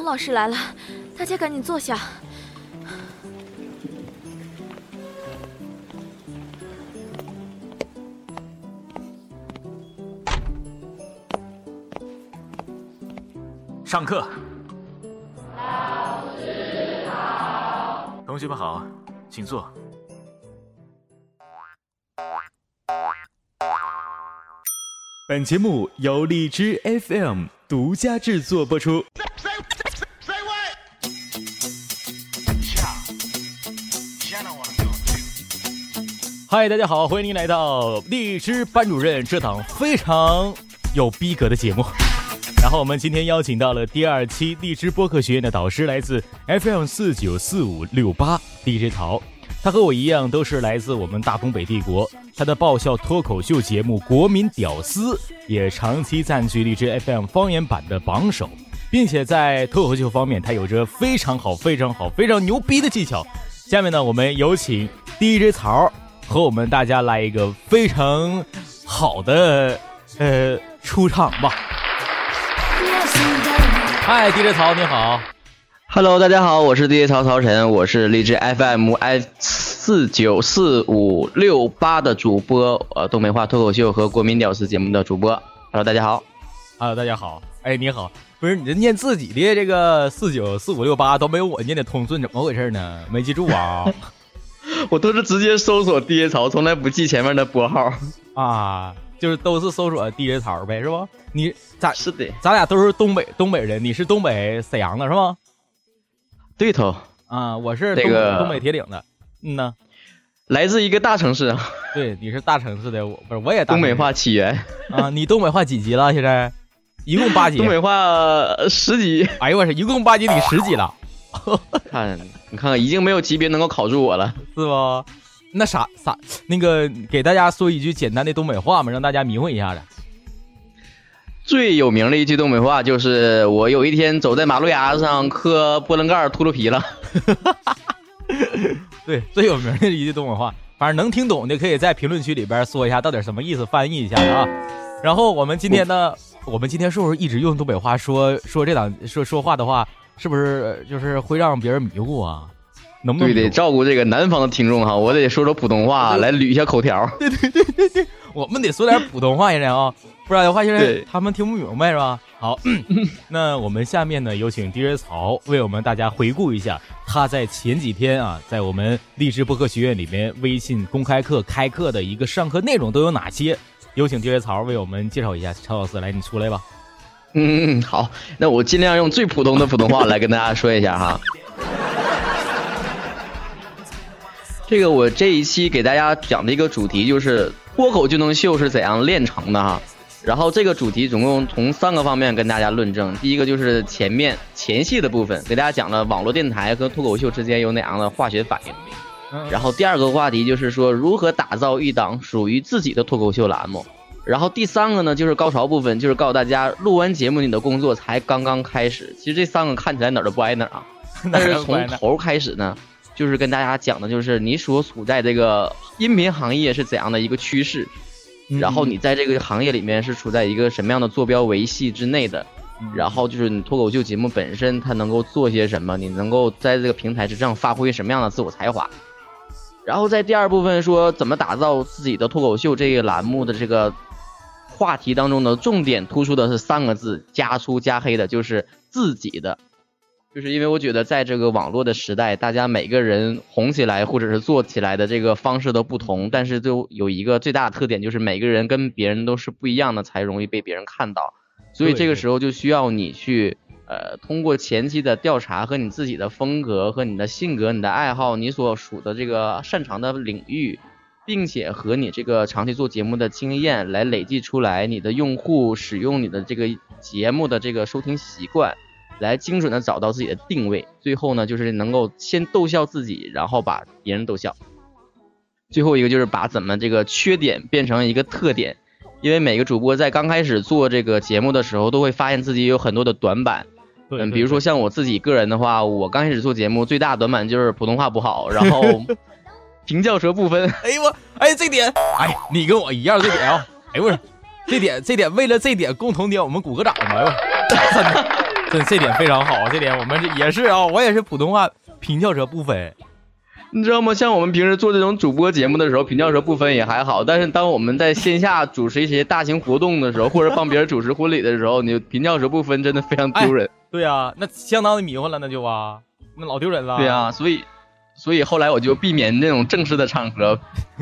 老师来了，大家赶紧坐下。 上课。老师好。同学们好，请坐。 本节目由荔枝 FM 独家制作播出。 嗨，大家好，欢迎您来到荔枝班主任这档非常有逼格的节目。然后我们今天邀请到了第2期荔枝播客学院的导师，来自 FM494568 DJ 曹。他和我一样都是来自我们大东北帝国，他的爆笑脱口秀节目《国民屌丝》也长期占据荔枝 FM 方言版的榜首，并且在脱口秀方面他有着非常牛逼的技巧。下面呢，我们有请 DJ 曹和我们大家来一个非常好的出场吧。嗨 DJ 曹你好。 Hello， 大家好，我是 DJ 曹晨，我是荔枝 FM F494568的主播，东北话脱口秀和国民屌丝节目的主播。Hello， 大家好。 Hello， 大家好。哎，你好。不是你这念自己的这个494568都没有我念的通顺，怎么回事呢？没记住啊？ 我都是直接搜索 DJ 曹，从来不记前面的拨号啊，就是都是搜索 DJ 曹呗，是不？你是的， 咱俩都是东北人，你是东北沈阳的是吗？ 对头啊，我是东北铁岭的，呢， 来自一个大城市啊。 对，你是大城市的，我也大城市东北话起源啊。你东北话几级了？现在一共8级。东北话10级。 哎呦我去，一共8级，你10级了。 你看，已经没有级别能够考住我了， 是不？那啥，那个给大家说一句简单的东北话嘛，让大家迷糊一下子。 最有名的一句东北话就是我有一天走在马路牙子上磕波棱盖秃噜皮了。 对，最有名的一句东北话，反正能听懂的可以在评论区里边说一下到底什么意思，翻译一下啊。然后我们今天是不是一直用东北话说话的话，是不是就是会让别人迷糊啊？能不能？对， 得照顾这个南方的听众哈，我得说普通话来捋一下口条。 对，我们得说点普通话现在啊。不然的话，现在他们听不明白是吧？好，那我们下面呢，有请 DJ 曹为我们大家回顾一下他在前几天啊，在我们荔枝播客学院里面微信公开课开课的一个上课内容都有哪些？有请 DJ 曹为我们介绍一下。曹老师，来，你出来吧。 好，那我尽量用最普通的普通话来跟大家说一下哈。这个我这一期给大家讲的一个主题就是脱口就能秀是怎样炼成的哈。然后这个主题总共从3个方面跟大家论证。第一个就是前戏的部分，给大家讲了网络电台和脱口秀之间有哪样的化学反应。然后第2个话题就是说如何打造一档属于自己的脱口秀栏目。然后第3个呢就是高潮部分，就是告诉大家录完节目你的工作才刚刚开始。其实这3个看起来哪儿都不挨哪儿啊，但是从头开始呢，就是跟大家讲的就是你所处在这个音频行业是怎样的一个趋势。然后你在这个行业里面是处在一个什么样的坐标维系之内的，然后就是你脱口秀节目本身它能够做些什么，你能够在这个平台之上发挥什么样的自我才华。然后在第2部分说怎么打造自己的脱口秀这个栏目的这个话题当中的重点突出的是3个字，加粗加黑的，就是自己的。就是因为我觉得在这个网络的时代，大家每个人红起来或者是做起来的这个方式都不同，但是都有一个最大的特点，就是每个人跟别人都是不一样的，才容易被别人看到。所以这个时候就需要你去通过前期的调查和你自己的风格和你的性格、你的爱好、你所属的这个擅长的领域，并且和你这个长期做节目的经验来累计出来你的用户使用你的这个节目的这个收听习惯，来精准的找到自己的定位。最后呢就是能够先逗笑自己，然后把别人逗笑。最后一个就是把怎么这个缺点变成一个特点。因为每个主播在刚开始做这个节目的时候都会发现自己有很多的短板。比如说像我自己个人的话，我刚开始做节目最大的短板就是普通话不好，然后平翘舌不分。 这点你跟我一样这点啊。不是这点为了这点共同点我们鼓个掌吧。真的这点非常好，这点我们这也是啊，我也是普通话平翘舌不分。 你知道吗？像我们平时做这种主播节目的时候，平翘舌不分也还好，但是当我们在线下主持一些大型活动的时候，或者帮别人主持婚礼的时候，你平翘舌不分真的非常丢人。 对啊，那相当的迷糊了，那就啊，那老丢人了。 对啊，所以后来我就避免那种正式的场合。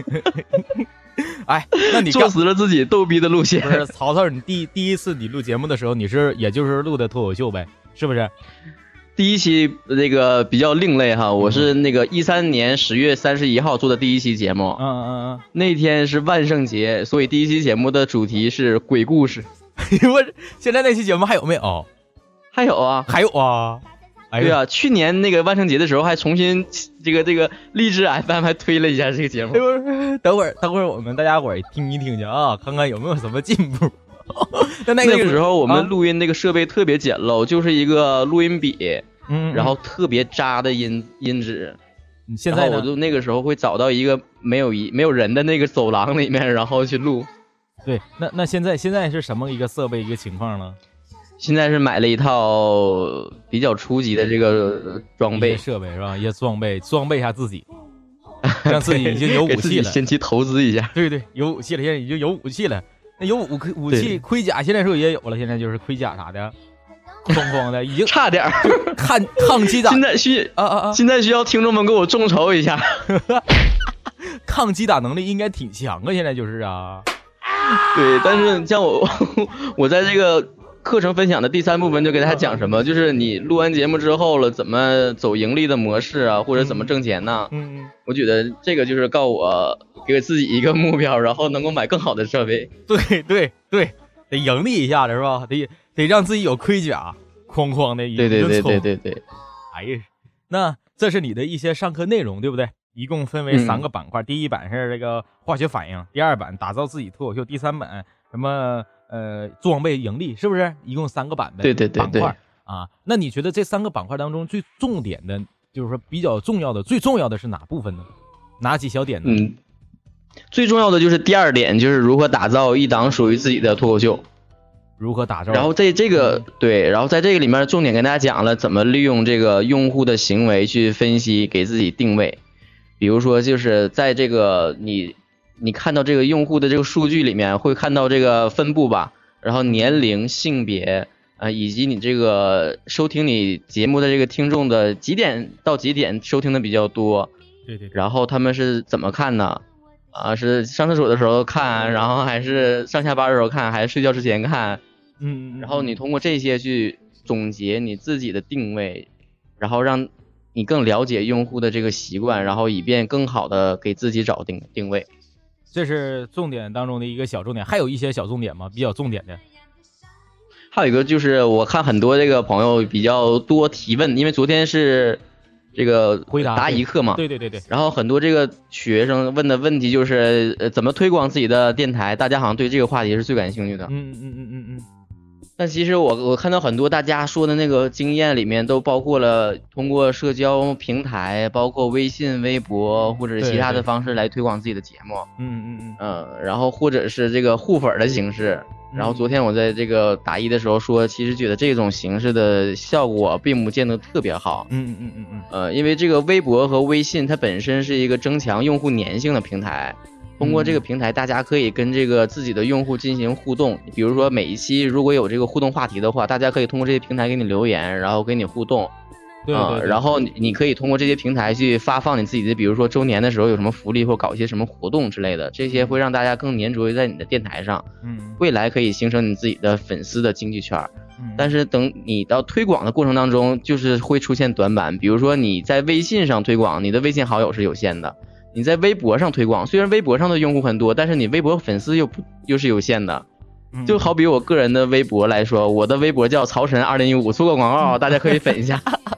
哎，那你做死了自己逗逼的路线。 不是曹操，你第一次你录节目的时候，你是也就是录的脱口秀呗，是不是？ 第一期那个比较另类哈，我是那个13年10月31号做的第一期节目。那天是万圣节，所以第一期节目的主题是鬼故事。 我现在那期节目还有没有？ 还有啊， 还有啊。 对啊，去年那个万圣节的时候还重新这个励志 FM 还推了一下这个节目。 等会儿我们大家伙儿听一听去啊，看看有没有什么进步。 那个时候我们录音那个设备特别简陋，就是一个录音笔，然后特别渣的音质。 现在呢， 我就那个时候会找到一个没有人的那个走廊里面，然后去录。 对，那现在是什么一个设备一个情况呢？ 现在是买了一套比较初级的这个装备设备是吧？一些装备一下自己，让自己已经有武器了， 先去投资一下。 对，有武器了，现在已经有武器了。那有武器盔甲，现在时候也有了，现在就是盔甲啥的，哐的，已经差点抗击打。 现在需要听众们给我众筹一下。 抗击打能力应该挺强啊，现在就是啊。 对，但是像我在这个课程分享的第3部分就给大家讲什么，就是你录完节目之后了，怎么走盈利的模式啊，或者怎么挣钱呢？我觉得这个就是告我给自己一个目标，然后能够买更好的设备。 对，得盈利一下子是吧？得让自己有盔甲，哐的。对。哎呀，那这是你的一些上课内容，对不对？一共分为3个板块，第一版是这个化学反应，第2版打造自己脱口秀，第3版什么装备盈利，是不是？一共3个板块。对啊。那你觉得这3个板块当中最重点的，就是说比较重要的、最重要的是哪部分呢？哪几小点呢？ 最重要的就是第2点，就是如何打造一档属于自己的脱口秀。 如何打造？ 然后在这个里面重点跟大家讲了怎么利用这个用户的行为去分析，给自己定位。比如说就是在这个你看到这个用户的这个数据里面会看到这个分布吧，然后年龄、性别以及你这个收听你节目的这个听众的几点到几点收听的比较多。 对。 然后他们是怎么看呢？是上厕所的时候看，然后还是上下班的时候看，还是睡觉之前看？然后你通过这些去总结你自己的定位，然后让你更了解用户的这个习惯，然后以便更好的给自己找定位。 这是重点当中的一个小重点，还有一些小重点吗？比较重点的。 还有一个就是我看很多这个朋友比较多提问，因为昨天是这个答疑课嘛。 对。 然后很多这个学生问的问题就是怎么推广自己的电台，大家好像对这个话题是最感兴趣的。但其实我看到很多大家说的那个经验里面都包括了通过社交平台，包括微信、微博或者其他的方式来推广自己的节目。然后或者是这个互粉的形式。然后昨天我在这个答疑的时候说，其实觉得这种形式的效果并不见得特别好。因为这个微博和微信它本身是一个增强用户粘性的平台。通过这个平台，大家可以跟这个自己的用户进行互动。比如说每一期如果有这个互动话题的话，大家可以通过这些平台给你留言，然后给你互动。 对。 然后你可以通过这些平台去发放你自己的，比如说周年的时候有什么福利或搞一些什么活动之类的，这些会让大家更粘着于在你的电台上。未来可以形成你自己的粉丝的经济圈。但是等你到推广的过程当中，就是会出现短板。比如说你在微信上推广，你的微信好友是有限的。你在微博上推广，虽然微博上的用户很多，但是你微博粉丝又是有限的。就好比我个人的微博来说，我的微博叫曹晨2015，做个广告，大家可以粉一下。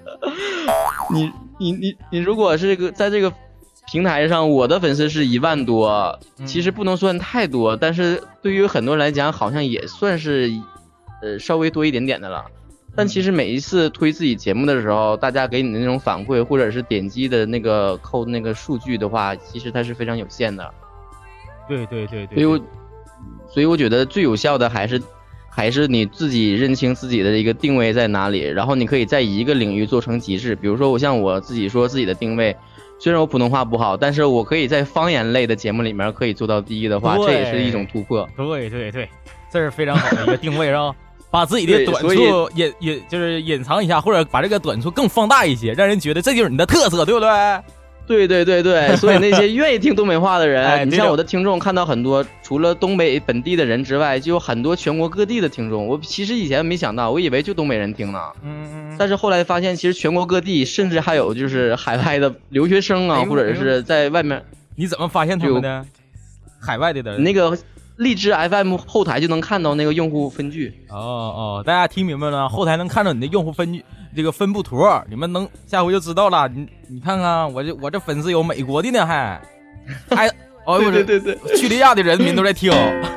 你如果是在这个平台上，我的粉丝是1万多，其实不能算太多，但是对于很多人来讲，好像也算是稍微多一点点的了。但其实每一次推自己节目的时候，大家给你的那种反馈或者是点击的那个扣那个数据的话，其实它是非常有限的。 对。 所以我觉得最有效的还是还是你自己认清自己的一个定位在哪里，然后你可以在一个领域做成极致。比如说我自己说自己的定位，虽然我普通话不好，但是我可以在方言类的节目里面可以做到第一的话，这也是一种突破。 对，这是非常好的一个定位，让把自己的短处就是隐藏一下，或者把这个短处更放大一些，让人觉得这就是你的特色，对不对？ 对，所以那些愿意听东北话的人，你像我的听众看到很多，除了东北本地的人之外，就有很多全国各地的听众。我其实以前没想到，我以为就东北人听呢。但是后来发现，其实全国各地，甚至还有就是海外的留学生啊，或者是在外面。 你怎么发现他们的？海外的人？ 那个荔枝 FM 后台就能看到那个用户分句。 大家听明白了？后台能看到你的用户分句。这个分布图，你们能下回就知道了。你看看，我这粉丝有美国的呢，还对， 叙利亚的人民都在听。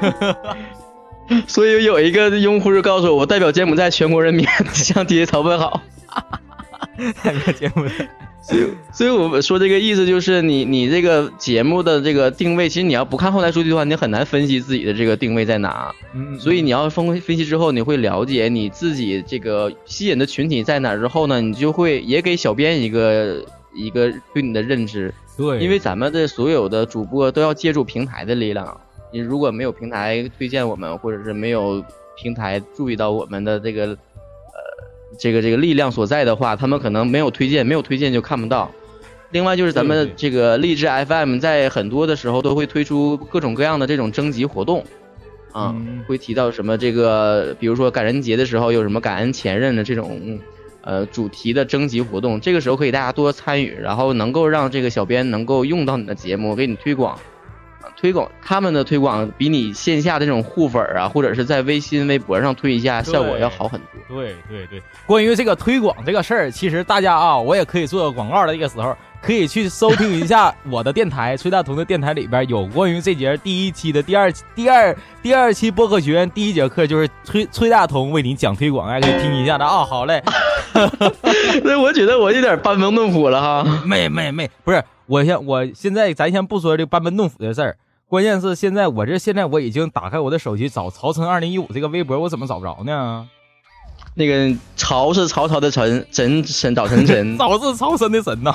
所以有一个用户就告诉我代表柬埔寨全国人民向爹草本好。 代表柬埔寨。 所以我说这个意思就是你这个节目的这个定位，其实你要不看后台数据的话，你很难分析自己的这个定位在哪。所以你要分析之后，你会了解你自己这个吸引的群体在哪之后呢，你就会也给小编一个对你的认知。 对， 因为咱们的所有的主播都要借助平台的力量，你如果没有平台推荐我们，或者是没有平台注意到我们的这个力量所在的话，他们可能没有推荐就看不到。另外就是咱们这个荔枝 FM 在很多的时候都会推出各种各样的这种征集活动会提到什么这个，比如说感恩节的时候有什么感恩前任的这种主题的征集活动，这个时候可以大家多参与，然后能够让这个小编能够用到你的节目，给你推广他们的推广比你线下的这种互粉啊，或者是在微信微博上推一下效果要好很多。 对，关于这个推广这个事儿，其实大家我也可以做广告的这个时候，可以去收听一下我的电台崔大同的电台里边有关于这节第一期的第二期播客学院第一节课，就是崔大同为你讲推广，大家可以听一下的好嘞。 那我觉得我有点班门弄斧了哈。 没，不是我现在咱先不说这个班门弄斧的事儿。关键是现在我已经打开我的手机找曹晨2015这个微博，我怎么找不着呢？ 那个曹是曹操的陈，陈早晨陈， 早是曹参的神呐。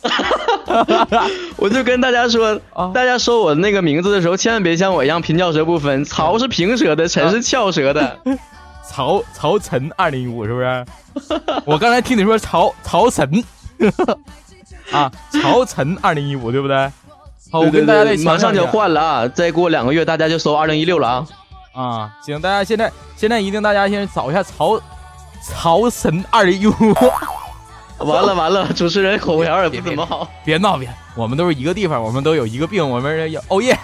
我就跟大家说，大家说我那个名字的时候，千万别像我一样平翘舌不分，曹是平舌的，陈是翘舌的。 曹晨2015是不是？我刚才听你说曹晨曹晨2015对不对？好，我跟大家再马上就换了啊！再过2个月，大家就搜2016了啊！行，大家现在一定大家先找一下曹神2015。 完了，主持人口条也不怎么好。 别闹，我们都是一个地方，我们都有一个病，我们要耶！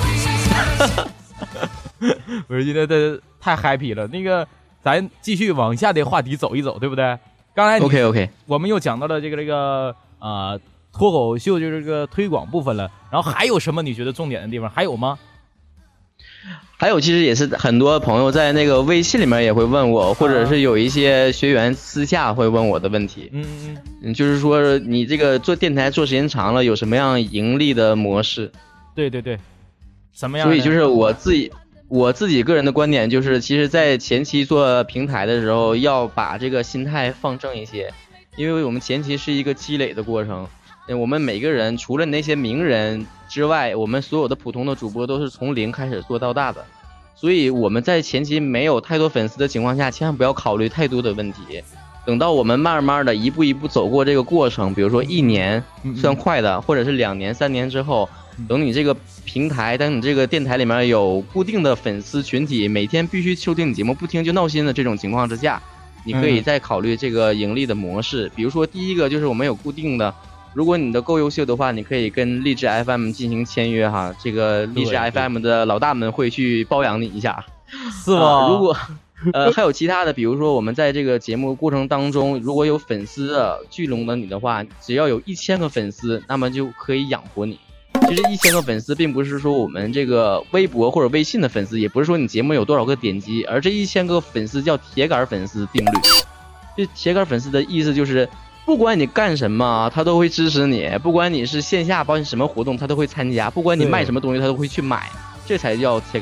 我说今天这太 happy 了，那个咱继续往下的话题走一走，对不对？刚才 OK， 我们又讲到了这个脱口秀就是这个推广部分了，然后还有什么你觉得重点的地方？还有吗？ 还有，其实也是很多朋友在那个微信里面也会问我，或者是有一些学员私下会问我的问题。就是说你这个做电台做时间长了，有什么样盈利的模式？ 对，什么样？ 所以就是我自己个人的观点就是，其实在前期做平台的时候，要把这个心态放正一些，因为我们前期是一个积累的过程。我们每个人除了那些名人之外，我们所有的普通的主播都是从零开始做到大的，所以我们在前期没有太多粉丝的情况下，千万不要考虑太多的问题。等到我们慢慢的一步一步走过这个过程，比如说1年算快的，或者是2年3年之后，等你这个平台，等你这个电台里面有固定的粉丝群体，每天必须收听你节目，不听就闹心的这种情况之下，你可以再考虑这个盈利的模式。比如说第一个就是我们有固定的，如果你的够优秀的话，你可以跟荔枝 FM 进行签约哈，这个荔枝 FM 的老大们会去包养你一下， 是吗？ 如果还有其他的，比如说我们在这个节目过程当中，如果有粉丝聚拢了你的话，只要有1000个粉丝，那么就可以养活你。其实1000个粉丝并不是说我们这个微博或者微信的粉丝，也不是说你节目有多少个点击，而这1000个粉丝叫铁杆粉丝定律。这铁杆粉丝的意思就是不管你干什么他都会支持你，不管你是线下帮你什么活动他都会参加，不管你卖什么东西他都会去买，这才叫铁杆粉丝。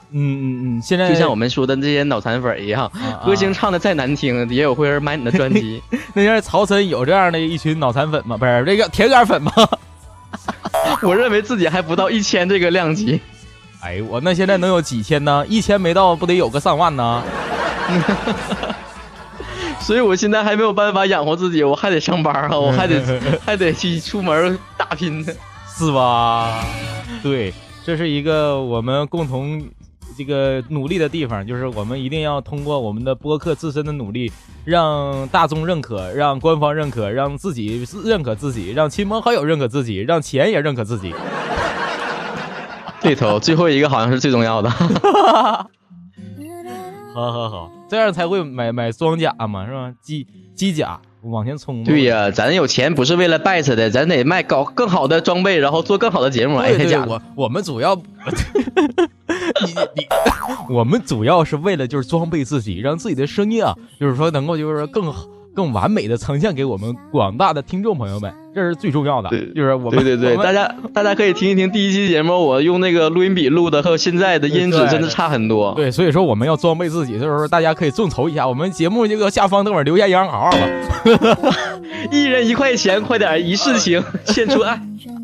现在就像我们说的这些脑残粉一样，歌星唱的再难听，也有会人买你的专辑。 那家曹岑有这样的一群脑残粉吗？不是这个铁杆粉吗？ 我认为自己还不到1000这个量级。 哎，我那现在能有几千呢？1000没到，不得有个上万呢？ 所以我现在还没有办法养活自己，我还得上班啊，我还得去出门打拼呢， 是吧？对，这是一个我们共同这个努力的地方，就是我们一定要通过我们的播客自身的努力，让大众认可，让官方认可，让自己认可自己，让亲朋好友认可自己，让钱也认可自己。 对头，最后一个好像是最重要的。 好，这样才会买装甲嘛，是吧？机甲往前冲。 对呀，咱有钱不是为了拜他的，咱得卖更好的装备，然后做更好的节目。 对对， 哎， 我们主要，我们主要是为了就是装备自己，让自己的声音啊，就是说能够就是更完美的呈现给我们广大的听众朋友们，这是最重要的。就是我们对，大家可以听一听第一期节目，我用那个录音笔录的和现在的音质真的差很多。 对，所以说我们要装备自己的时候，大家可以众筹一下，我们节目这个下方等会儿留下银行卡号吧。 1人1块钱，快点一世情，献出爱。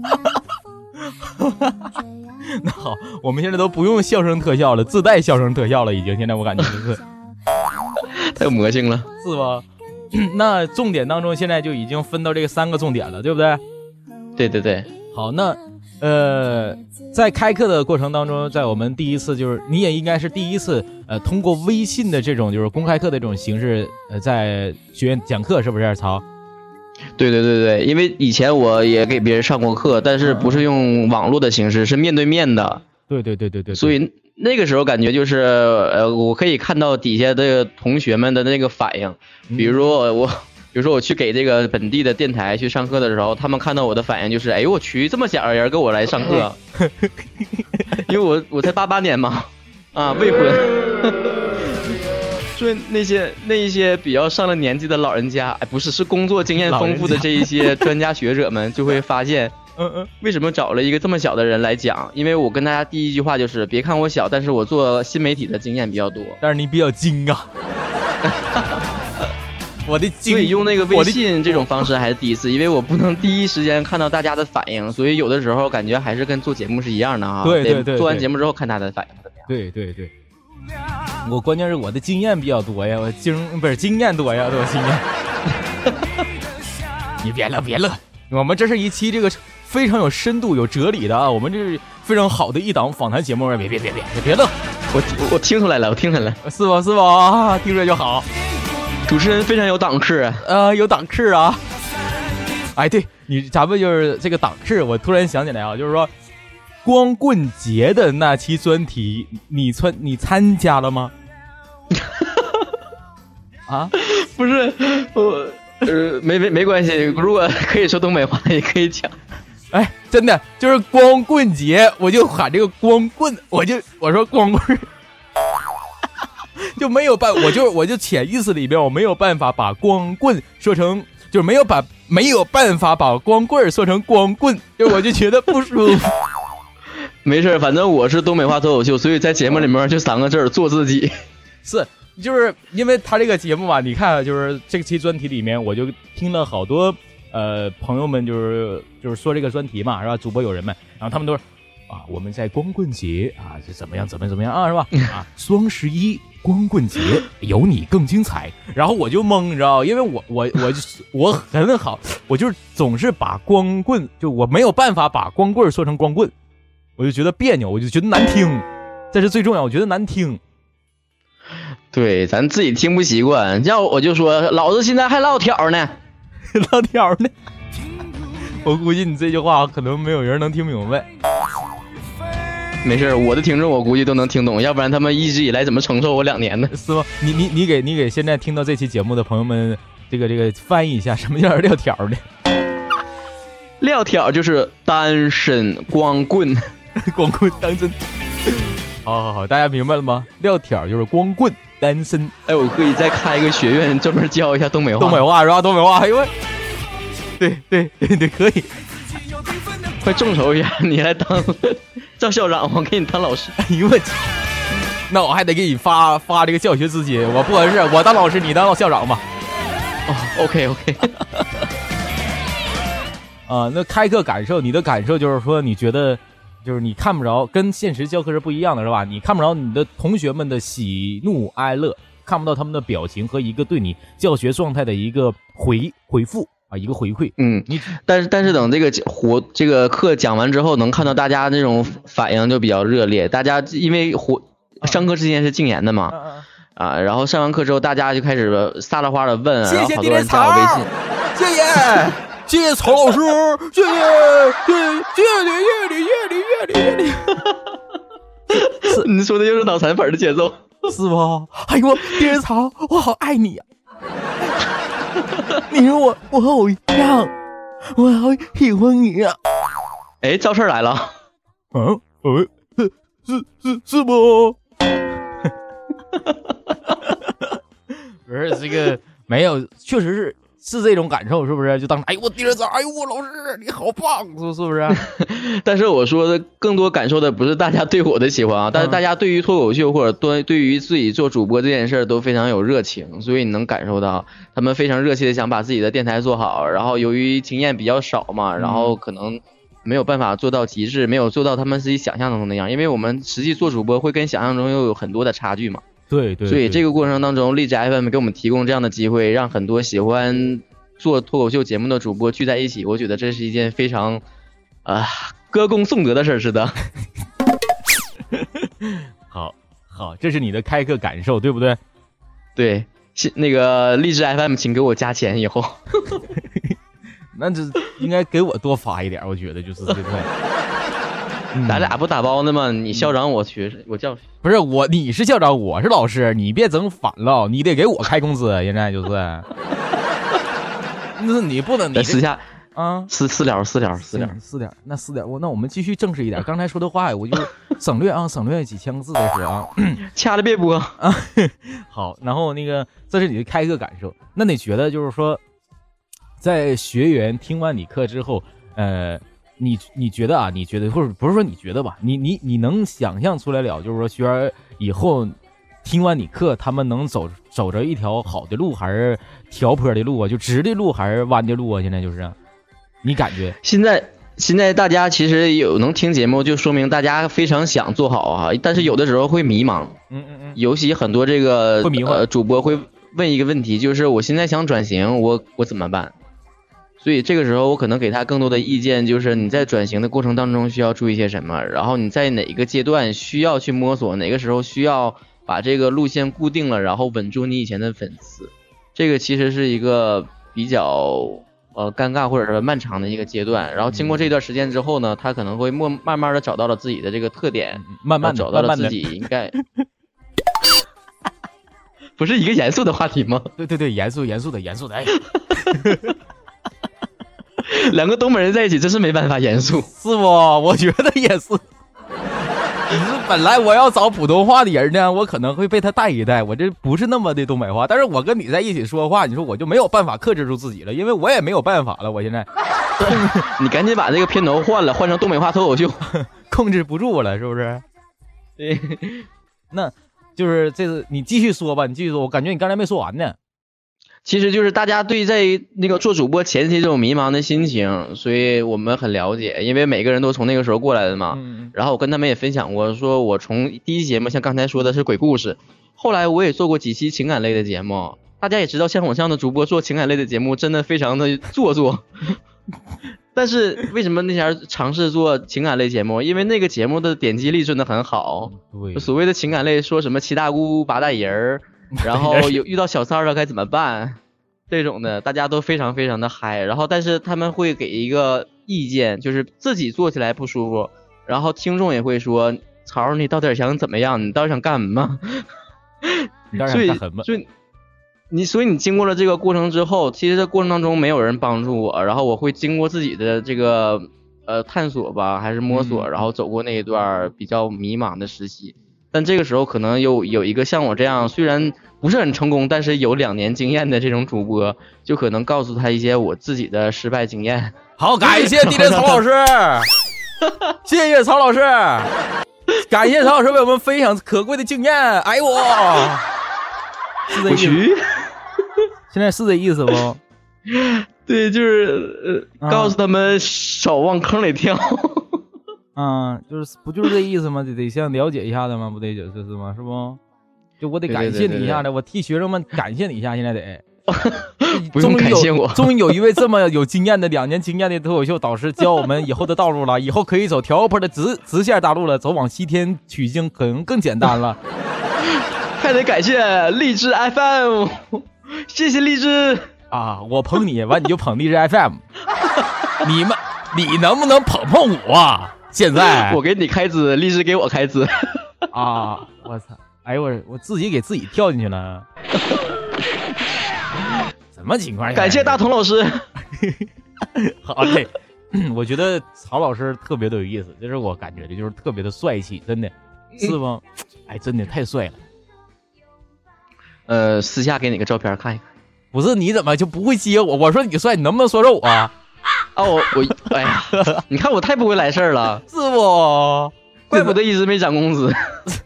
那好，我们现在都不用笑声特效了，自带笑声特效了，已经。现在我感觉就是太有魔性了， 是吧？那重点当中现在就已经分到这个3个重点了，对不对？ 对。 好，那在开课的过程当中，在我们第一次就是你也应该是第一次通过微信的这种就是公开课的这种形式在学院讲课，是不是曹？ 对，因为以前我也给别人上过课，但是不是用网络的形式，是面对面的。 对， 所以那个时候感觉就是我可以看到底下的同学们的那个反应，比如说我去给这个本地的电台去上课的时候，他们看到我的反应就是哎呦我去，这么小人跟我来上课。因为我才88年嘛，未婚。所以那一些比较上了年纪的老人家，不是工作经验丰富的这一些专家学者们就会发现为什么找了一个这么小的人来讲？因为我跟大家第一句话就是别看我小，但是我做新媒体的经验比较多。 但是你比较精啊。我的精， 所以用那个微信这种方式还是第一次，因为我不能第一时间看到大家的反应，所以有的时候感觉还是跟做节目是一样的啊。 对， 做完节目之后看他的反应怎么样。对，我关键是我的经验比较多呀，我经验多呀，我经验。你别乐，我们这是一期这个非常有深度、有哲理的啊，我们这是非常好的一档访谈节目。别乐， 我听出来了， 是吧？听出来就好。 主持人非常有档次有档次啊。哎，对咱们就是这个档次，我突然想起来啊，就是说光棍节的那期专题，你参加了吗？啊， 不是我没关系，如果可以说东北话也可以讲。 哎，真的就是光棍节，我就喊这个光棍，我说光棍。就没有办，我就潜意识里边我没有办法把光棍说成，就是没有办法把光棍说成光棍，就我就觉得不舒服。 没事，反正我是东北话脱口秀，所以在节目里面就3个字，做自己。 是，就是因为他这个节目吧，你看就是这期专题里面，我就听了好多朋友们就是说这个专题嘛，是吧？主播友人们，然后他们都是我们在光棍节是怎么样啊，是吧？双11光棍节有你更精彩。然后我就懵，你知道，因为我很好，我就是总是把光棍，就我没有办法把光棍说成光棍，我就觉得别扭，我就觉得难听，这是最重要，我觉得难听。 对，咱自己听不习惯，要我就说老子现在还唠挑呢。 我估计你这句话可能没有人能听明白。 没事，我的听众我估计都能听懂，要不然他们一直以来怎么承受我2年呢？ 是吗？你给现在听到这期节目的朋友们，这个翻译一下，什么叫撂挑呢？ 撂挑就是单身光棍， 光棍单身。好，大家明白了吗？撂挑就是光棍单身。 哎，我可以再开一个学院，专门教一下东北话。 东北话是吧？东北话，因为对，可以。 快众筹一下，你来当赵校长，我给你当老师。 哎呦我去！ 那我还得给你发这个教学资金，我不合适，我当老师，你当校长吧。 OK 那开课感受，你的感受就是说，你觉得就是你看不着，跟现实教课是不一样的，是吧？你看不着你的同学们的喜怒哀乐，看不到他们的表情和一个对你教学状态的一个回复啊，一个回馈。 但是等这个课讲完之后，能看到大家那种反应就比较热烈。大家因为上课之前是禁言的嘛，然后上完课之后，大家就开始撒了花的问，然后好多人加我微信， 谢谢曹老师，谢谢你。 你说的又是脑残粉的节奏， 是吧？哎呦，丁仁曹，我好爱你呀！你说我和偶像，我好喜欢你呀！ 哎，赵四来了， 是不？不是这个没有，确实是这种感受，是不是？就当哎呦我丁仁曹，哎呦我老师你好棒，是不是？ 但是我说的更多感受的不是大家对我的喜欢啊，但是大家对于脱口秀或者对于自己做主播这件事都非常有热情，所以你能感受到他们非常热切的想把自己的电台做好。然后由于经验比较少嘛，然后可能没有办法做到极致，没有做到他们自己想象中的那样，因为我们实际做主播会跟想象中又有很多的差距嘛。 对， 所以这个过程当中，荔枝 FM 给我们提供这样的机会，让很多喜欢做脱口秀节目的主播聚在一起，我觉得这是一件非常歌功颂德的事，是的。 好，这是你的开课感受，对不对？ 对，那个荔枝 FM 请给我加钱以后。 那这应该给我多发一点，我觉得就是这个。 咱俩不打包的吗？你校长我教不是我，你是校长，我是老师，你别整反了，你得给我开工资，现在就是。那你不能，你私下啊， 私聊， 那我们继续正式一点。刚才说的话我就省略几千个字再说啊， 掐了别播啊。好，然后那个这是你的开课感受，那你觉得就是说，在学员听完你课之后，你觉得啊？你觉得或者不是说你觉得吧？你能想象出来了？就是说学员以后听完你课，他们能走着一条好的路，还是调坡的路啊？就直的路还是弯的路啊？现在就是你感觉现在大家其实有能听节目，就说明大家非常想做好啊，但是有的时候会迷茫。尤其很多这个主播会问一个问题，就是我现在想转型，我怎么办？所以这个时候我可能给他更多的意见，就是你在转型的过程当中需要注意些什么，然后你在哪个阶段需要去摸索，哪个时候需要把这个路线固定了，然后稳住你以前的粉丝。这个其实是一个比较尴尬或者是漫长的一个阶段，然后经过这段时间之后呢，他可能会慢慢的找到了自己的这个特点， 慢慢找到了自己应该不是一个严肃的话题吗？ 对，严肃的哎。 两个东北人在一起真是没办法严肃， 是不？我觉得也是。你是本来我要找普通话的人呢，我可能会被他带一带，我这不是那么的东北话。但是我跟你在一起说话，你说我就没有办法克制住自己了，因为我也没有办法了。我现在， 你赶紧把这个片头换成东北话脱口秀， 控制不住了，是不是？对，那就是这次你继续说吧，我感觉你刚才没说完呢。 其实就是大家对在那个做主播前期这种迷茫的心情，所以我们很了解，因为每个人都从那个时候过来的嘛。然后我跟他们也分享过，说我从第一节目像刚才说的是鬼故事，后来我也做过几期情感类的节目，大家也知道像我这样的主播做情感类的节目真的非常的做作。但是为什么那前尝试做情感类节目？因为那个节目的点击率真的很好。对，所谓的情感类说什么七大姑八大姨儿，然后遇到小三了该怎么办，这种的大家都非常非常的嗨。然后但是他们会给一个意见，就是自己做起来不舒服，然后听众也会说曹你到底想怎么样，你到底想干什么？ 你到底想干什么？ 所以你经过了这个过程之后，其实这过程当中没有人帮助我，然后我会经过自己的这个探索吧，还是摸索，然后走过那一段比较迷茫的时期。但这个时候可能有一个像我这样虽然不是很成功，但是有2年经验的这种主播，就可能告诉他一些我自己的失败经验。 好，感谢DJ 曹老师。谢谢曹老师。 感谢曹老师为我们分享可贵的经验。哎呦，是这意思？现在是这意思不？ 对，就是告诉他们少往坑里跳。 就是不就是这意思吗？得先了解一下的吗？不得就是吗？是不？就我得感谢你一下的，我替学生们感谢你一下，现在得。 不用感谢我， 终于有一位这么有经验的2年经验的脱口秀导师教我们以后的道路了，以后可以走调坡的直线大路了，走往西天取经可能更简单了。 还得感谢荔枝 FM， 谢谢荔枝啊！我捧你，完你就捧荔枝 FM， 你能不能捧捧我啊？现在我给你开支，荔枝给我开支啊！我操！哎呦我自己给自己跳进去了。什么情况？ 感谢大同老师。 好嘞，我觉得曹老师特别的有意思，这是我感觉的，就是特别的帅气，真的是吗？哎，真的太帅了。私下给你个照片看一看。 不是，你怎么就不会接我？我说你帅，你能不能说说我啊？ 我哎呀，你看我太不会来事儿了， 是不？ 怪不得一直没涨工资。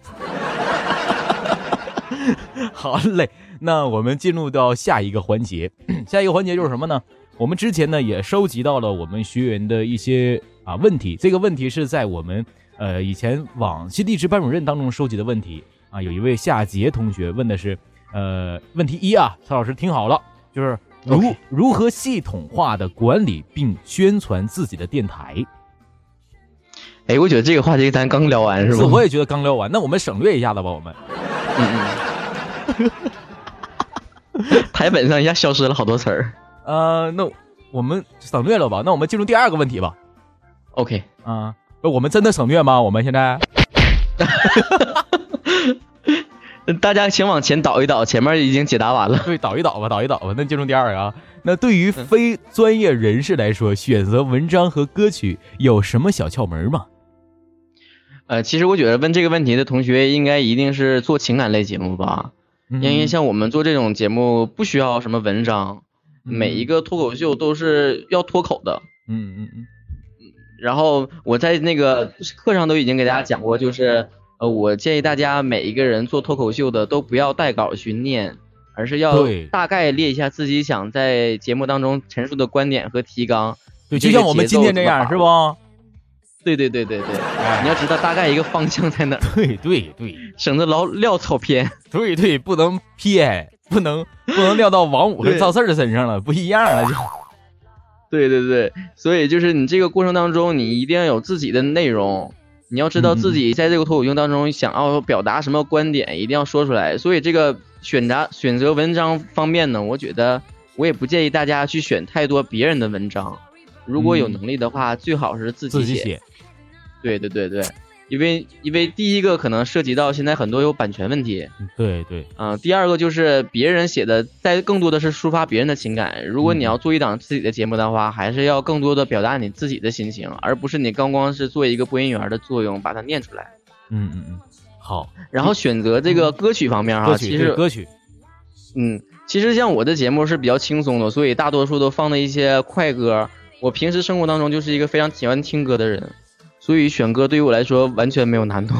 好嘞，那我们进入到下一个环节。下一个环节就是什么呢？我们之前呢也收集到了我们学员的一些问题，这个问题是在我们以前往期励志班主任当中收集的问题啊。有一位夏杰同学问的是问题1啊，曹老师听好了，就是如何系统化的管理并宣传自己的电台。 哎，我觉得这个话题咱刚聊完是吧？ 我也觉得刚聊完，那我们省略一下子吧，我们。 台本上一下消失了好多词儿。 那我们省略了吧？那我们进入第2个问题吧。 OK。 我们真的省略吗？我们现在？ 大家请往前倒一倒，前面已经解答完了。 对，倒一倒吧。那进入第2个啊。那对于非专业人士来说，选择文章和歌曲有什么小窍门吗？ 其实我觉得问这个问题的同学应该一定是做情感类节目吧。因为像我们做这种节目不需要什么文章，每一个脱口秀都是要脱口的。然后我在那个课上都已经给大家讲过，就是我建议大家每一个人做脱口秀的都不要带稿去念，而是要大概列一下自己想在节目当中陈述的观点和提纲。 对，就像我们今天这样，是不？ 对，你要知道大概一个方向在哪儿。 对， 省得老撂草偏。 对，不能偏，不能撂到王五和赵四的身上了，不一样了就。 对，所以就是你这个过程当中，你一定要有自己的内容，你要知道自己在这个脱口秀当中想要表达什么观点，一定要说出来。所以这个选择文章方面呢，我觉得我也不建议大家去选太多别人的文章，如果有能力的话，最好是自己写。对，因为第一个可能涉及到现在很多有版权问题。 对， 第二个就是别人写的，在更多的是抒发别人的情感。如果你要做一档自己的节目的话，还是要更多的表达你自己的心情，而不是你光是做一个播音员的作用，把它念出来。 好。 然后选择这个歌曲方面哈，其实歌曲， 其实像我的节目是比较轻松的，所以大多数都放的一些快歌。我平时生活当中就是一个非常喜欢听歌的人。所以选歌对于我来说完全没有难度。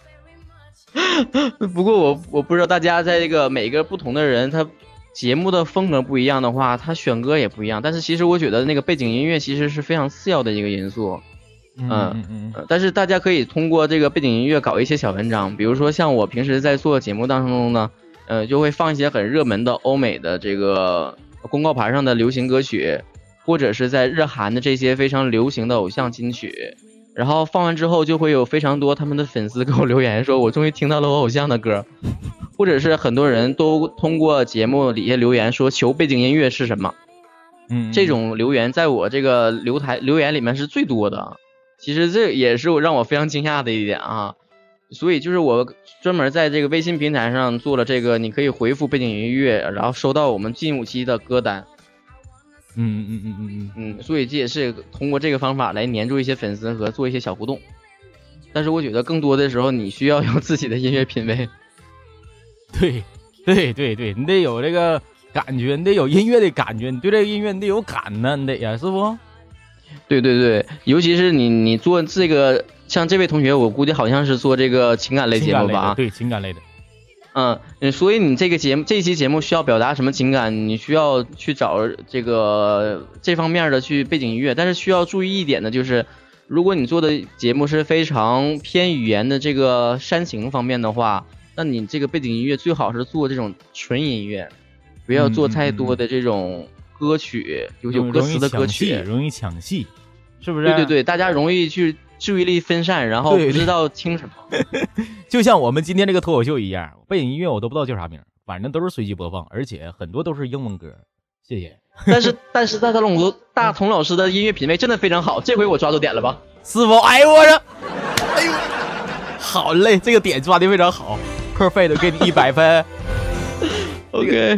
不过我不知道大家在这个每个不同的人，他节目的风格不一样的话，他选歌也不一样。但是其实我觉得那个背景音乐其实是非常次要的一个因素。但是大家可以通过这个背景音乐搞一些小文章，比如说像我平时在做节目当中呢，就会放一些很热门的欧美的这个公告牌上的流行歌曲，或者是在日韩的这些非常流行的偶像金曲。然后放完之后就会有非常多他们的粉丝给我留言说我终于听到了我偶像的歌，或者是很多人都通过节目底下留言说求背景音乐是什么。这种留言在我这个留言里面是最多的，其实这也是让我非常惊讶的一点啊。所以就是我专门在这个微信平台上做了这个，你可以回复背景音乐，然后收到我们近5期的歌单。所以这也是通过这个方法来黏住一些粉丝和做一些小互动。但是我觉得更多的时候你需要有自己的音乐品味。 对，你得有这个感觉，你得有音乐的感觉，你对这个音乐你得有感呢，你得呀，是不？ 对，尤其是你做这个像这位同学，我估计好像是做这个情感类节目吧？ 对，情感类的。 所以你这期节目需要表达什么情感，你需要去找这方面的去背景音乐，但是需要注意一点的就是，如果你做的节目是非常偏语言的这个煽情方面的话，那你这个背景音乐最好是做这种纯音乐，不要做太多的这种歌曲，有歌词的歌曲， 容易抢戏，是不是？ 对，大家容易去注意力分散，然后不知道听什么。 就像我们今天这个脱口秀一样，背景音乐我都不知道叫啥名，反正都是随机播放，而且很多都是英文歌。谢谢。 但是大同老师的音乐品味真的非常好，这回我抓住点了吧？ 是否？哎呦我这，哎呦，好嘞，这个点抓的非常好 ，perfect， 给你100分。 OK，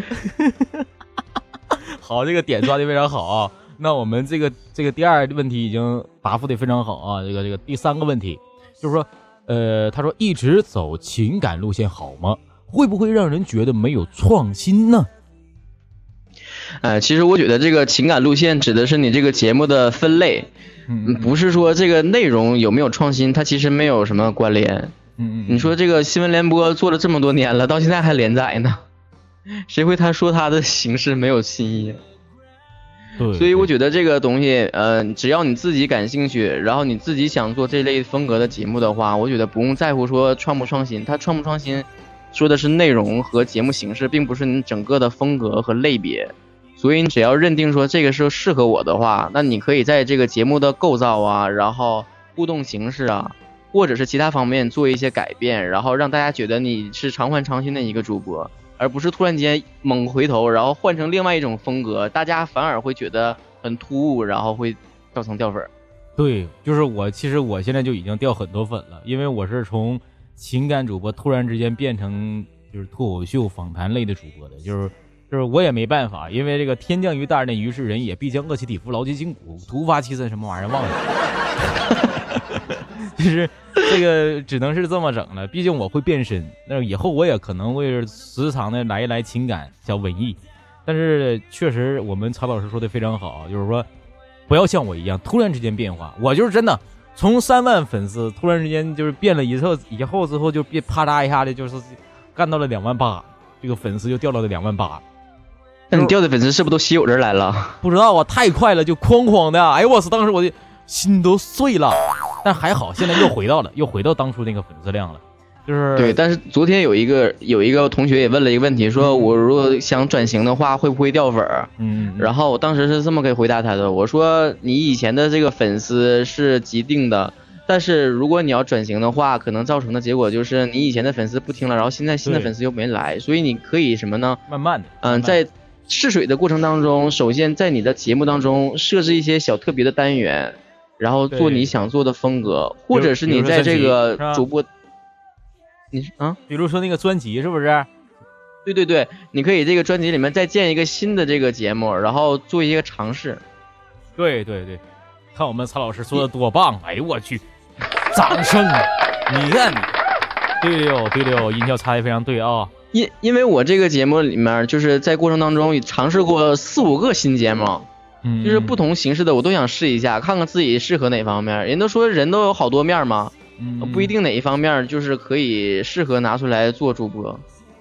好，这个点抓的非常好啊。那我们这个第二问题已经答复的非常好啊。这个第三个问题就是说，他说一直走情感路线好吗？会不会让人觉得没有创新呢？ 其实我觉得这个情感路线指的是你这个节目的分类，不是说这个内容有没有创新，它其实没有什么关联。你说这个新闻联播做了这么多年了，到现在还连载呢，谁会说他的形式没有新意？ 对， 所以我觉得这个东西，只要你自己感兴趣，然后你自己想做这类风格的节目的话，我觉得不用在乎说创不创新，它创不创新，说的是内容和节目形式，并不是你整个的风格和类别。所以你只要认定说这个是适合我的话，那你可以在这个节目的构造啊，然后互动形式啊，或者是其他方面做一些改变，然后让大家觉得你是常换常新的一个主播。而不是突然间猛回头，然后换成另外一种风格，大家反而会觉得很突兀，然后会造成掉粉。 对，就是其实我现在就已经掉很多粉了，因为我是从情感主播突然之间变成就是脱口秀访谈类的主播的，就是我也没办法，因为这个天降于大任于是人也，必将饿其体肤劳其筋骨，突发奇想什么玩意儿忘了。就是这个只能是这么整了，毕竟我会变身，那以后我也可能会时常的来一来情感小文艺，但是确实我们曹老师说的非常好，就是说不要像我一样突然之间变化，我就是真的从3万粉丝突然之间就是变了以后之后就变啪嗒一下的，就是干到了2万8，这个粉丝就掉到了2万8。 那你掉的粉丝是不是都吸我这儿来了？ 不知道啊，太快了，就哐的，哎呦我操！当时我的心都碎了。但还好，现在又回到当初那个粉丝量了，就是对。但是昨天有一个同学也问了一个问题，说我如果想转型的话，会不会掉粉？然后我当时是这么给回答他的，我说你以前的这个粉丝是既定的，但是如果你要转型的话，可能造成的结果就是你以前的粉丝不听了，然后现在新的粉丝又没来，所以你可以什么呢？ 慢慢的， 在试水的过程当中，首先在你的节目当中设置一些小特别的单元。然后做你想做的风格，或者是你在这个主播， 比如说那个专辑是不是？ 对，你可以这个专辑里面再建一个新的这个节目，然后做一个尝试。 对，看我们曹老师说的多棒！哎呦我去，掌声！你看，对溜，音效插的非常对啊。 因为我这个节目里面就是在过程当中尝试过4、5个新节目。就是不同形式的我都想试一下，看看自己适合哪方面。人都说人都有好多面嘛，不一定哪一方面就是可以适合拿出来做主播。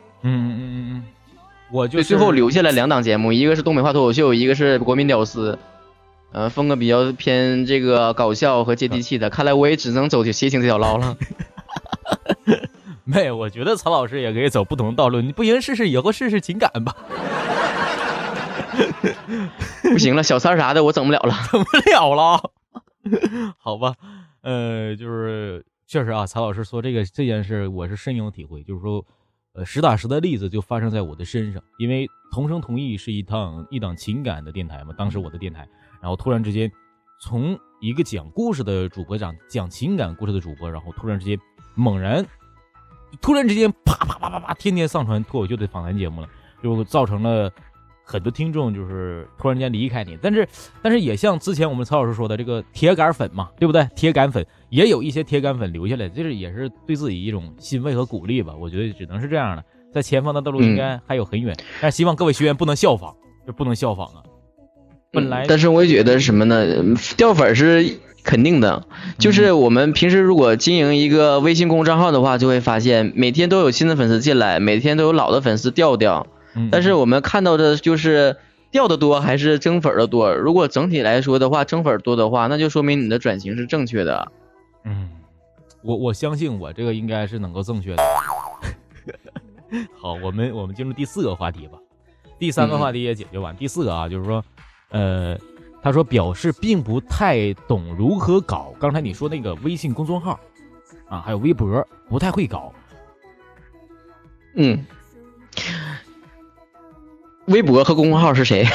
我就最后留下来2档节目，一个是东北话脱口秀，一个是国民屌丝，风格比较偏这个搞笑和接地气的。看来我也只能走谐星这条路了。 没有，我觉得曹老师也可以走不同的道路，你不行试试，以后试试情感吧。 不行了，小三啥的我整不了了， 好吧，就是确实啊，曹老师说这件事我是深有体会，就是说，实打实的例子就发生在我的身上，因为同声同意是一档情感的电台嘛，当时我的电台，然后突然之间从一个讲故事的主播讲情感故事的主播，然后突然之間啪，天天上传脱口秀的访谈节目了，就造成了很多听众就是突然间离开你，但是也像之前我们曹老师说的这个铁杆粉嘛，对不对？铁杆粉也有一些铁杆粉留下来，这也是对自己一种欣慰和鼓励吧。我觉得只能是这样的，在前方的道路应该还有很远，但是希望各位学员不能效仿，就不能效仿啊。本来， 但是我也觉得什么呢？掉粉是肯定的，就是我们平时如果经营一个微信公众账号的话，就会发现每天都有新的粉丝进来，每天都有老的粉丝掉掉。但是我们看到的就是掉的多还是增粉的多。如果整体来说的话，增粉多的话，那就说明你的转型是正确的。 我相信我这个应该是能够正确的。好，我们进入第4个话题吧。第3个话题也解决完，第4个啊，就是说，他说表示并不太懂如何搞。刚才你说那个微信公众号啊，还有微博，不太会搞。 微博和公众号是谁？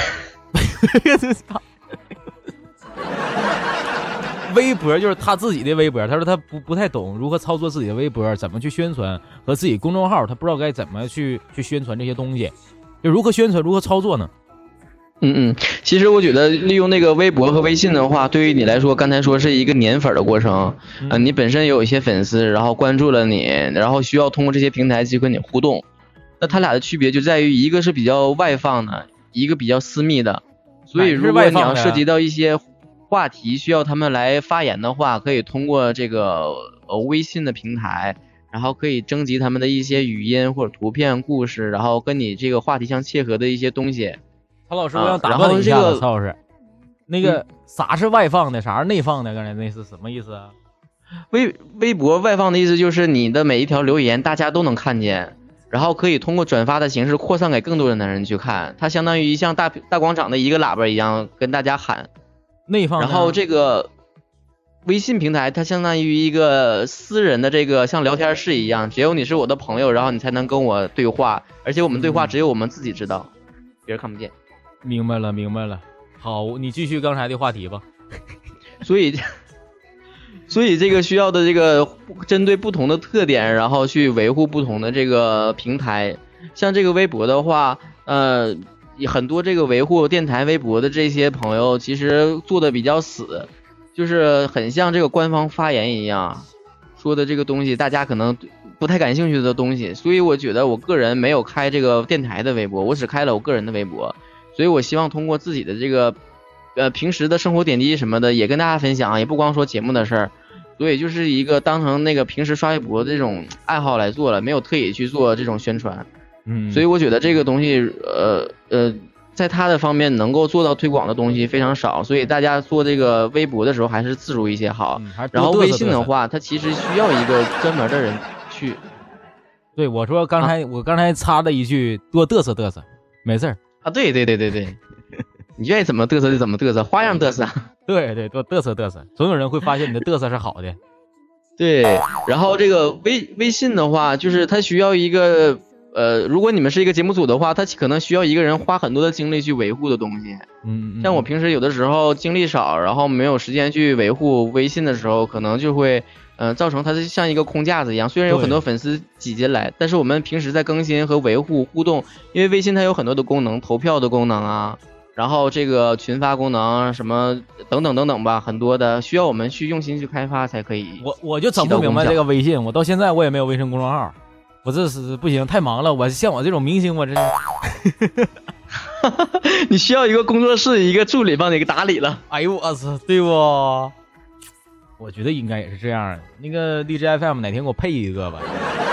微博就是他自己的微博，他说他不太懂如何操作自己的微博，怎么去宣传，和自己公众号他不知道该怎么去宣传这些东西，就如何宣传如何操作呢？ 其实我觉得利用那个微博和微信的话，对于你来说，刚才说是一个粘粉的过程，你本身有一些粉丝，然后关注了你，然后需要通过这些平台去跟你互动，那他俩的区别就在于一个是比较外放的，一个比较私密的，所以如果你要涉及到一些话题需要他们来发言的话，可以通过这个微信的平台，然后可以征集他们的一些语音或者图片故事，然后跟你这个话题相切合的一些东西。 曹老师，我想打断你一下子，曹老师，那个啥是外放的，啥是内放的？刚才那是什么意思啊？ 微博外放的意思就是你的每一条留言大家都能看见，然后可以通过转发的形式扩散给更多的人去看，它相当于像大广场的一个喇叭一样跟大家喊。 内放。 然后这个微信平台它相当于一个私人的这个像聊天室一样，只有你是我的朋友，然后你才能跟我对话，而且我们对话只有我们自己知道，别人看不见。 明白了。好，你继续刚才的话题吧。 所以这个需要的这个针对不同的特点，然后去维护不同的这个平台。像这个微博的话，很多这个维护电台微博的这些朋友其实做的比较死，就是很像这个官方发言一样说的这个东西大家可能不太感兴趣的东西，所以我觉得我个人没有开这个电台的微博，我只开了我个人的微博。所以我希望通过自己的这个平时的生活点滴什么的也跟大家分享，也不光说节目的事儿，所以就是一个当成那个平时刷微博的这种爱好来做了，没有特意去做这种宣传。所以我觉得这个东西在他的方面能够做到推广的东西非常少，所以大家做这个微博的时候还是自如一些好。然后微信的话，它其实需要一个专门的人去。 对，我说我刚才插了一句，多嘚瑟嘚瑟，没事儿。 对，你愿意怎么嘚瑟就怎么嘚瑟，花样嘚瑟。 对，多嘚瑟嘚瑟，总有人会发现你的嘚瑟是好的。 对，然后这个微信的话，就是它需要一个如果你们是一个节目组的话，它可能需要一个人花很多的精力去维护的东西。像我平时有的时候精力少，然后没有时间去维护微信的时候，可能就会造成它是像一个空架子一样，虽然有很多粉丝挤进来，但是我们平时在更新和维护互动，因为微信它有很多的功能，投票的功能啊，然后这个群发功能什么等等吧，很多的需要我们去用心去开发才可以。 我就整不明白这个微信，我到现在我也没有微信公众号，我这是不行，太忙了。我像我这种明星，我这是你需要一个工作室，一个助理帮你打理了。 哎呦我操，对不？我觉得应该也是这样。那个荔枝 FM 哪天给我配一个吧。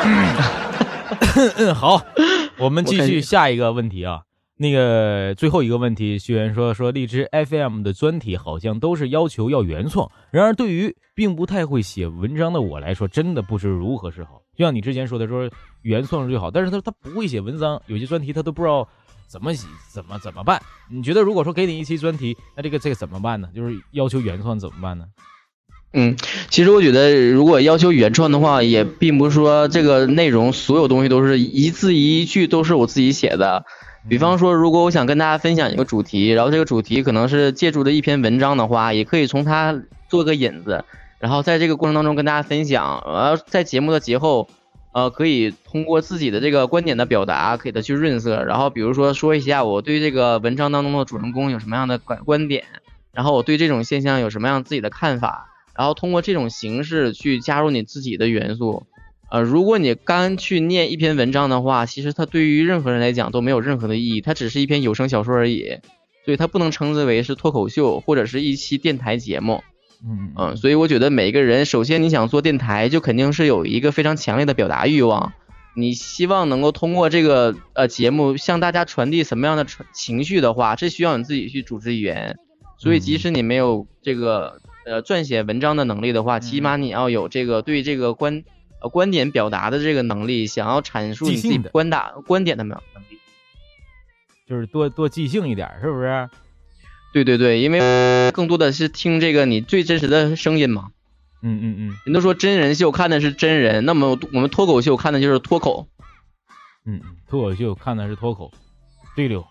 好，我们继续下一个问题啊。那个最后一个问题，学员说荔枝 FM 的专题好像都是要求要原创，然而对于并不太会写文章的我来说，真的不知如何是好。就像你之前说的，说原创是最好，但是他不会写文章，有些专题他都不知道怎么写，怎么办？你觉得如果说给你一期专题，那这个怎么办呢？就是要求原创怎么办呢？ 其实我觉得如果要求原创的话，也并不是说这个内容所有东西都是一字一句都是我自己写的。比方说如果我想跟大家分享一个主题，然后这个主题可能是借助的一篇文章的话，也可以从它做个引子，然后在这个过程当中跟大家分享，在节目的节后可以通过自己的这个观点的表达给它去润色，然后比如说一下我对这个文章当中的主人公有什么样的观点，然后我对这种现象有什么样自己的看法，然后通过这种形式去加入你自己的元素。如果你刚去念一篇文章的话，其实它对于任何人来讲都没有任何的意义，它只是一篇有声小说而已，所以它不能称之为是脱口秀或者是一期电台节目。 所以我觉得每个人，首先你想做电台，就肯定是有一个非常强烈的表达欲望，你希望能够通过这个节目向大家传递什么样的情绪的话，这需要你自己去组织语言。所以即使你没有这个撰写文章的能力的话，起码你要有这个对这个观点表达的这个能力，想要阐述你自己观点的能力， 就是多即兴一点，是不是？ 对，因为更多的是听这个你最真实的声音嘛。人都说真人秀看的是真人，那么我们脱口秀看的就是脱口。 脱口秀看的是脱口。对溜，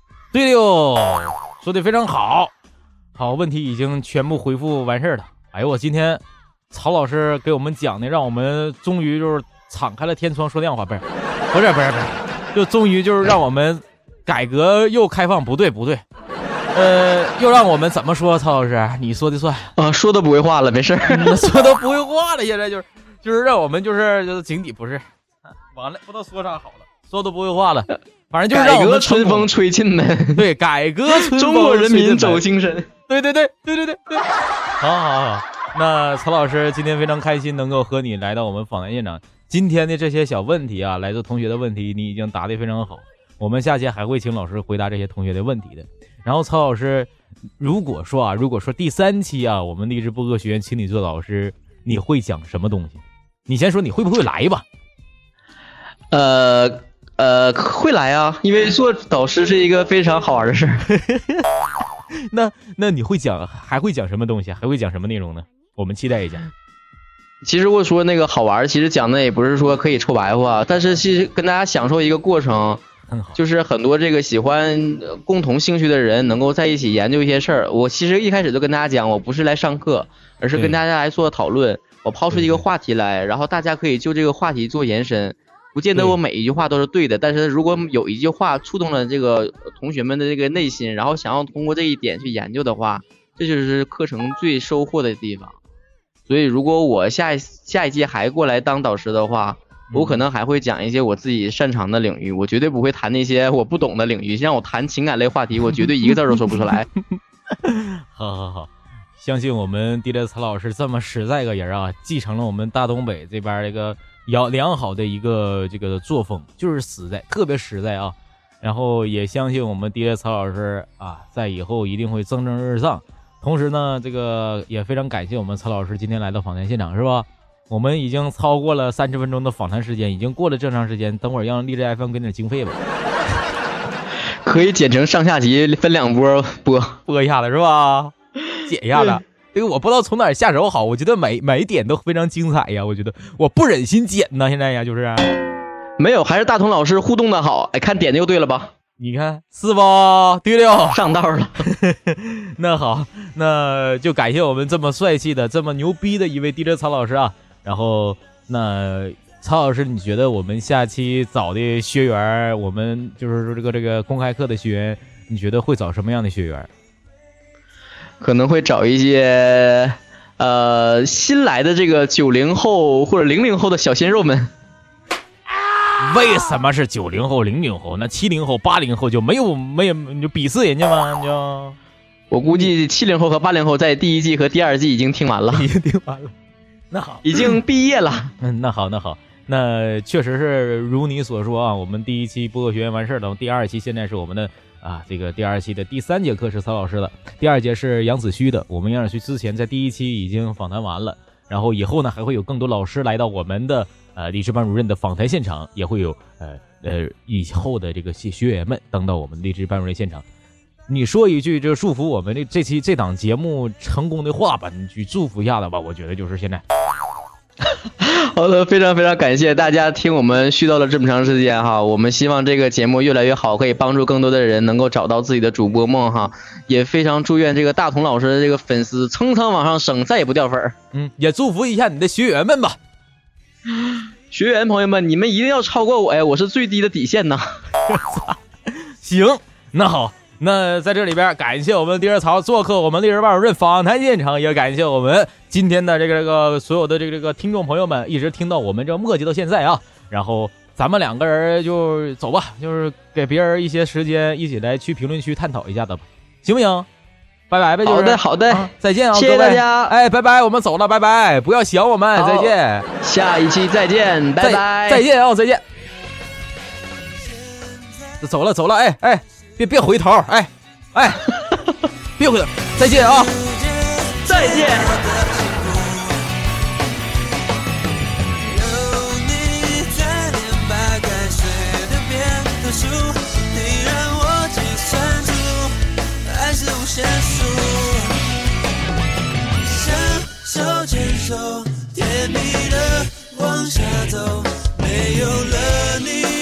说的非常好。好，问题已经全部回复完事儿了。哎呦，我今天曹老师给我们讲的，让我们终于就是敞开了天窗说亮话，不是，就终于就是让我们改革又开放，不对，又让我们怎么说？曹老师，你说的算啊，说都不会话了，没事你说都不会话了，现在就是让我们就是井底不是，完了不知道说啥好了，说都不会话了，反正就是让我们改革春风吹进门， 对，改革春风中国人民走精神， 对，好，那曹老师今天非常开心能够和你来到我们访谈现场，今天的这些小问题啊，来自同学的问题，你已经答得非常好，我们下期还会请老师回答这些同学的问题的。然后曹老师，如果说第3期啊，我们励志播客学院请你做老师，你会讲什么东西？你先说你会不会来吧？ 会来啊，因为做导师是一个非常好玩的事儿。 那你还会讲什么东西？还会讲什么内容呢？我们期待一下。 其实我说那个好玩，其实讲的也不是说可以臭白话，但是其实跟大家享受一个过程。就是很多这个喜欢共同兴趣的人能够在一起研究一些事儿。我其实一开始就跟大家讲，我不是来上课，而是跟大家来做讨论。我抛出一个话题来，然后大家可以就这个话题做延伸。不见得我每一句话都是对的，但是如果有一句话触动了这个同学们的这个内心，然后想要通过这一点去研究的话，这就是课程最收获的地方。所以如果我下一届还过来当导师的话，我可能还会讲一些我自己擅长的领域，我绝对不会谈那些我不懂的领域。让我谈情感类话题，我绝对一个字都说不出来。 好，相信我们DJ曹老师这么实在个人啊，继承了我们大东北这边这个良好的一个这个作风，就是实在，特别实在啊。然后也相信我们DJ曹老师啊，在以后一定会蒸蒸日上。同时呢，这个也非常感谢我们曹老师今天来到访谈现场，是吧？我们已经超过了30分钟的访谈时间，已经过了正常时间，等会儿让励志 FM 给点经费吧。 可以剪成上下集，分2波播一下子是吧？剪一下子，这个我不知道从哪儿下手好，我觉得每一点都非常精彩呀，我觉得我不忍心剪呢，现在呀就是没有，还是大同老师互动的好，哎，看点的就对了吧？ 你看是吧？对了， 上道了。 那好，那就感谢我们这么帅气的、这么牛逼的一位 DJ 曹老师啊。然后，那曹老师，你觉得我们下期找的学员，我们就是说这个公开课的学员，你觉得会找什么样的学员？ 可能会找一些新来的这个90后或者00后的小鲜肉们。 为什么是90后、00后？那70后、80后就没有你就鄙视人家吗？你就我估计70后和80后在第1季和第2季已经听完了， 已经听完了。那好， 已经毕业了。 那好，那确实是如你所说啊，我们第1期播客学院完事了，第2期现在是我们的这个第2期的第3节课是曹老师的，第2节是杨子虚的。我们杨子虚之前在第1期已经访谈完了，然后以后呢还会有更多老师来到我们的励志班主任的访谈现场，也会有以后的这个学员们登到我们励志班主任现场。你说一句就祝福我们这档节目成功的话吧，你去祝福一下子吧，我觉得就是现在。 好的，非常非常感谢大家听我们絮叨了这么长时间哈，我们希望这个节目越来越好，可以帮助更多的人能够找到自己的主播梦哈，也非常祝愿这个大同老师的这个粉丝蹭蹭往上升，再也不掉粉。 也祝福一下你的学员们吧。 学员朋友们，你们一定要超过我呀，我是最低的底线呐。 行，那好。那在这里边感谢我们DJ曹做客我们励志班主任访谈现场，也感谢我们今天的这个所有的这个听众朋友们一直听到我们这墨迹到现在啊。然后咱们2个人就走吧，就是给别人一些时间，一起来去评论区探讨一下的吧，行不行？ 拜拜呗，就是。 好的， 再见啊， 谢谢大家。 哎，拜拜，我们走了，拜拜，不要想我们，再见。 下一期再见，拜拜。 再见啊，再见。走了，哎，别回头，哎，别回头，再见啊， 再见。 你让我计算出爱是无限数，手牵手甜蜜的往下走，没有了你